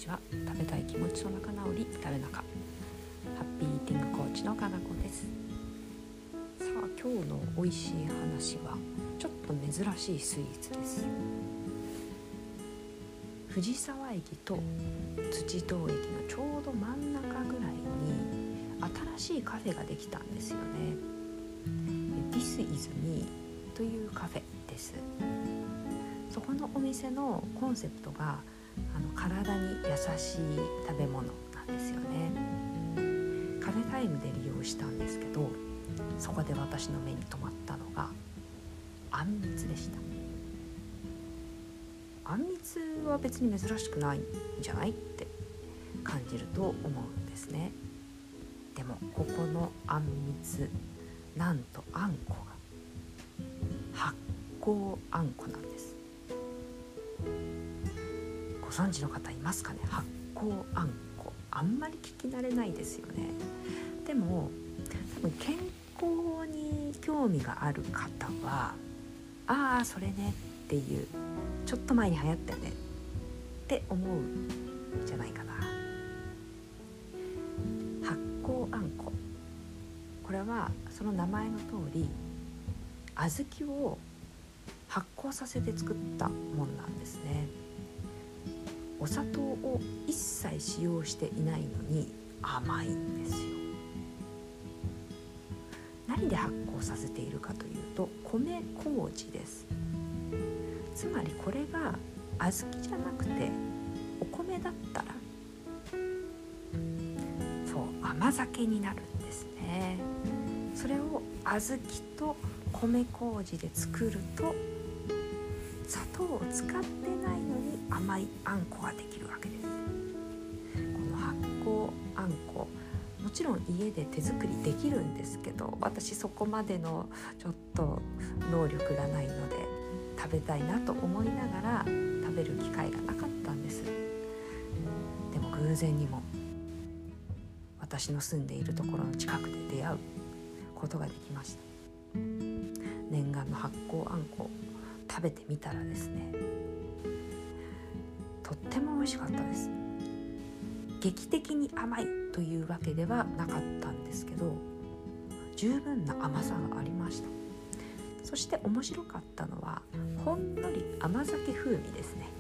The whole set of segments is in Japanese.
は。食べたい気持ちの仲直り、食べ中。ハッピーイーティングコーチのかなこです。さあ、今日の美味しい話はちょっと珍しいスイーツです。藤沢駅と土堂駅のちょうど真ん中ぐらいに新しいカフェができたんですよね。This is me というカフェです。そこのお店のコンセプトが体に優しい食べ物なんですよね。カフェタイムで利用したんですけど、そこで私の目に留まったのがあんみつでした。あんみつは別に珍しくないんじゃないって感じると思うんですね。でもここのあんみつ、なんとあんこが発酵あんこなんです。ご存知の方いますかね。発酵あんこ、あんまり聞き慣れないですよね。でも多分健康に興味がある方はそれねっていう、ちょっと前に流行ったよねって思うんじゃないかな。発酵あんこ、これはその名前の通り小豆を発酵させて作ったものなんですね。お砂糖を一切使用していないのに甘いんですよ。何で発酵させているかというと米麹です。つまりこれが小豆じゃなくてお米だったら甘酒になるんですね。それを小豆と米麹で作ると砂糖を使ってないのに甘いあんこができるわけです。この発酵あんこ、もちろん家で手作りできるんですけど、私そこまでのちょっと能力がないので食べたいなと思いながら食べる機会がなかったんです。でも偶然にも私の住んでいるところの近くで出会うことができました。念願の発酵あんこを食べてみたらですね、とっても美味しかったです。劇的に甘いというわけではなかったんですけど、十分な甘さがありました。そして面白かったのはほんのり甘酒風味ですね。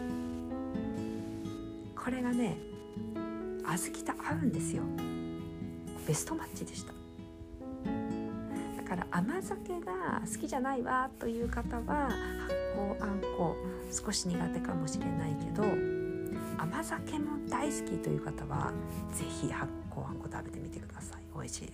これがね、小豆と合うんですよ。ベストマッチでした。だから甘酒が好きじゃないわという方は発酵あんこ少し苦手かもしれないけど、甘酒も大好きという方はぜひ発酵あんこ食べてみてください。美味しいです。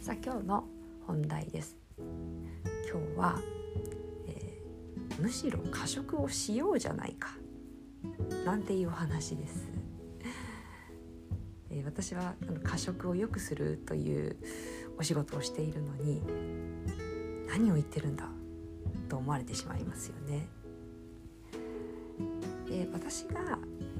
さあ、今日の本題です。今日は、むしろ過食をしようじゃないかなんていうお話です。私は過食を良くするというお仕事をしているのに、何を言ってるんだと思われてしまいますよね。私が、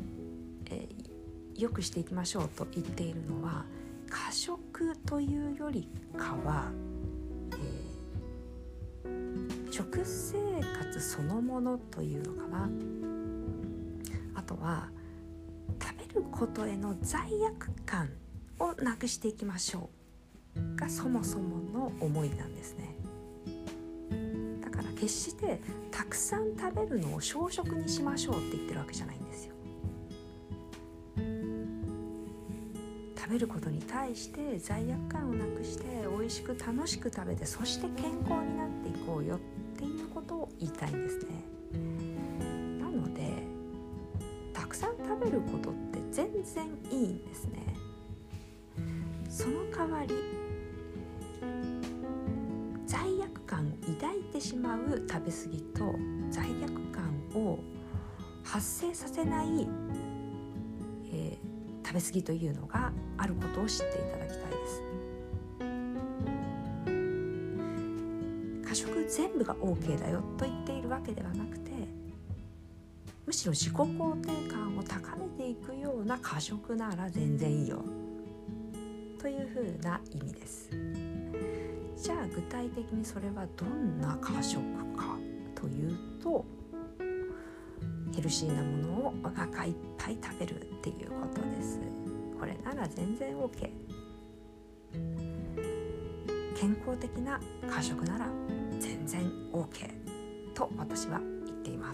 良くしていきましょうと言っているのは、過食というよりかは、食生活そのものというのかな。あとは食べることへの罪悪感をなくしていきましょうがそもそもの思いなんですね。だから決してたくさん食べるのを小食にしましょうって言ってるわけじゃないんですよ。食べることに対して罪悪感をなくして美味しく楽しく食べて、そして健康になっていこうよっていうことを言いたいんですね。なのでたくさん食べることって全然いいんですね。その代わり罪悪感を抱いてしまう食べ過ぎと罪悪感を発生させない、食べ過ぎというのがあることを知っていただきたいです。過食全部が OK だよと言っているわけではなくて、むしろ自己肯定感を高めていくような過食なら全然いいよというふうな意味です。じゃあ具体的にそれはどんな過食かというと、 ヘルシーなものをお腹いっぱい食べるっていうことです。これなら全然 OK。 健康的な過食なら全然 OK と私は言っています。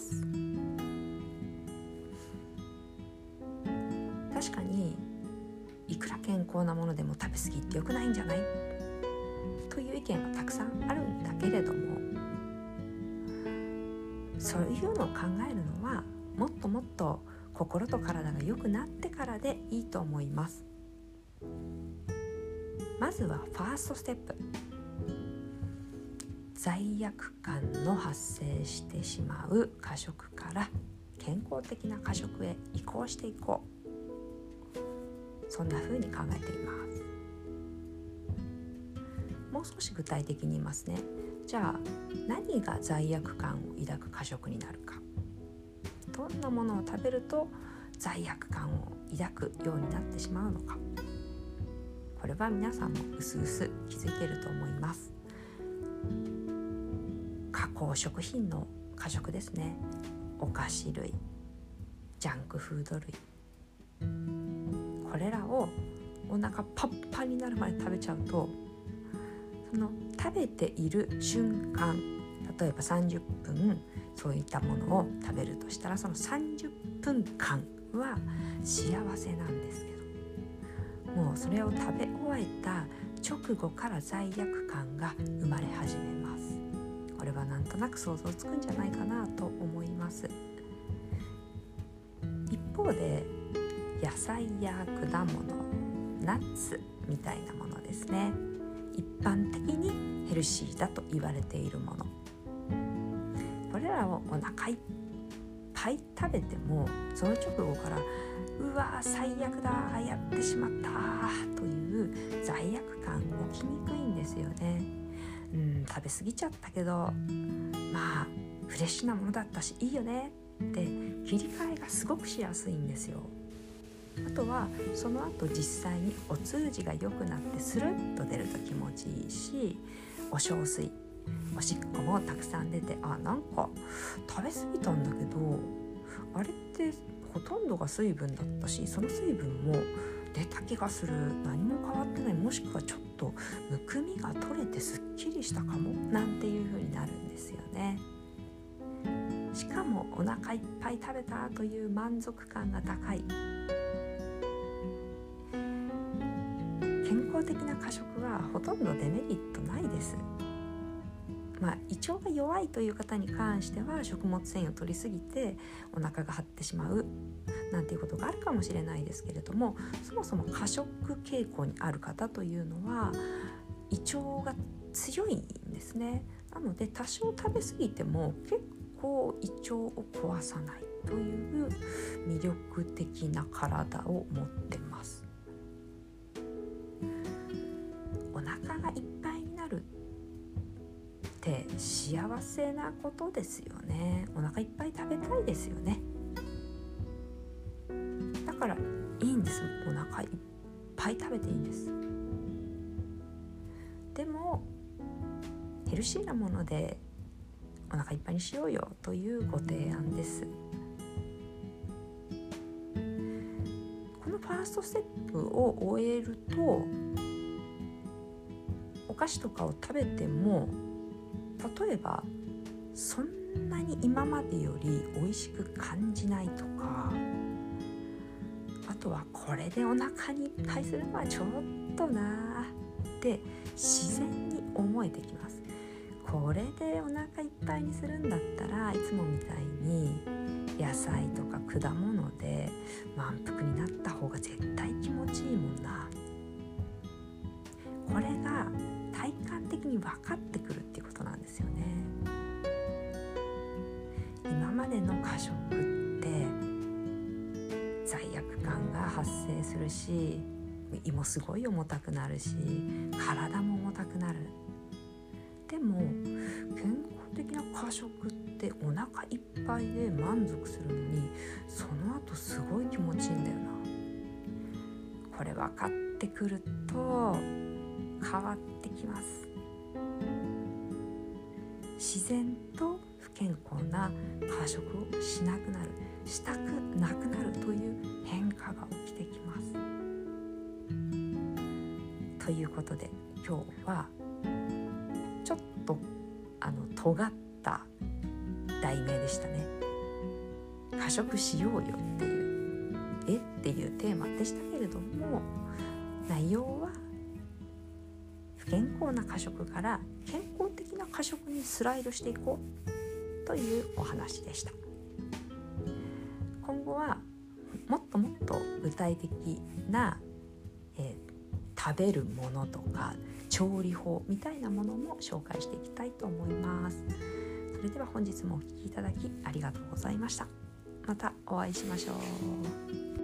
確かにいくら健康なものでも食べ過ぎって良くないんじゃないという意見はたくさんあるんだけれども、そういうのを考えるのはもっともっと心と体が良くなってからでいいと思います。まずはファーストステップ、罪悪感の発生してしまう過食から健康的な過食へ移行していこう、そんな風に考えています。もう少し具体的に言いますね。じゃあ何が罪悪感を抱く過食になるか、どんなものを食べると罪悪感を抱くようになってしまうのか、これは皆さんもうすうす気づいていると思います。加工食品の過食ですね。お菓子類、ジャンクフード類、これらをお腹パンパンになるまで食べちゃうと、その食べている瞬間、例えば30分そういったものを食べるとしたら、その30分間は幸せなんですけど、もうそれを食べ終えた直後から罪悪感が生まれ始めます。これはなんとなく想像つくんじゃないかなと思います。一方で野菜や果物、ナッツみたいなものですね、一般的にヘルシーだと言われているもの、これらをお腹いっぱい食べても、その直後からうわ最悪だ、やってしまったという罪悪感起きにくいんですよね。食べ過ぎちゃったけど、まあフレッシュなものだったしいいよねって切り替えがすごくしやすいんですよ。あとはその後実際にお通じが良くなってスルッと出ると気持ちいいし、お小水、おしっこもたくさん出て、なんか食べ過ぎたんだけど、あれってほとんどが水分だったし、その水分も出た気がする、何も変わってない、もしくはちょっとむくみが取れてすっきりしたかもなんていう風になるんですよね。しかもお腹いっぱい食べたという満足感が高い健康的な過食はほとんどデメリットないです。胃腸が弱いという方に関しては食物繊維を取りすぎてお腹が張ってしまうなんていうことがあるかもしれないですけれども、そもそも過食傾向にある方というのは胃腸が強いんですね。なので多少食べ過ぎても結構胃腸を壊さないという魅力的な体を持ってます。お腹がいっぱいになるって幸せなことですよね。お腹いっぱい食べたいですよね。だからいいんです。お腹いっぱい食べていいんです。でもヘルシーなものでお腹いっぱいにしようよというご提案です。このファーストステップを終えると、お菓子とかを食べても例えばそんなに今までより美味しく感じないとか、あとはこれでお腹にいっぱいするのはちょっとなって自然に思えてきます。これでお腹いっぱいにするんだったら、いつもみたいに野菜とか果物で満腹になった方が絶対気持ちいいもんな。これが体感的に分かってくるっていうことなんですよね。今までの過食って罪悪感が発生するし、胃もすごい重たくなるし、体も重たくなる。でも健康的な過食ってお腹いっぱいで満足するのに、その後すごい気持ちいいんだよな。これ分かってくると変わってきます。自然と不健康な過食をしなくなる、したくなくなるという変化が起きてきます。ということで今日はちょっと尖った題名でしたね。過食しようよっていうっていうテーマでしたけれども、内容は不健康な過食から健康的な過食にスライドしていこうというお話でした。今後はもっともっと具体的な、食べるものとか調理法みたいなものも紹介していきたいと思います。それでは本日もお聞きいただきありがとうございました。またお会いしましょう。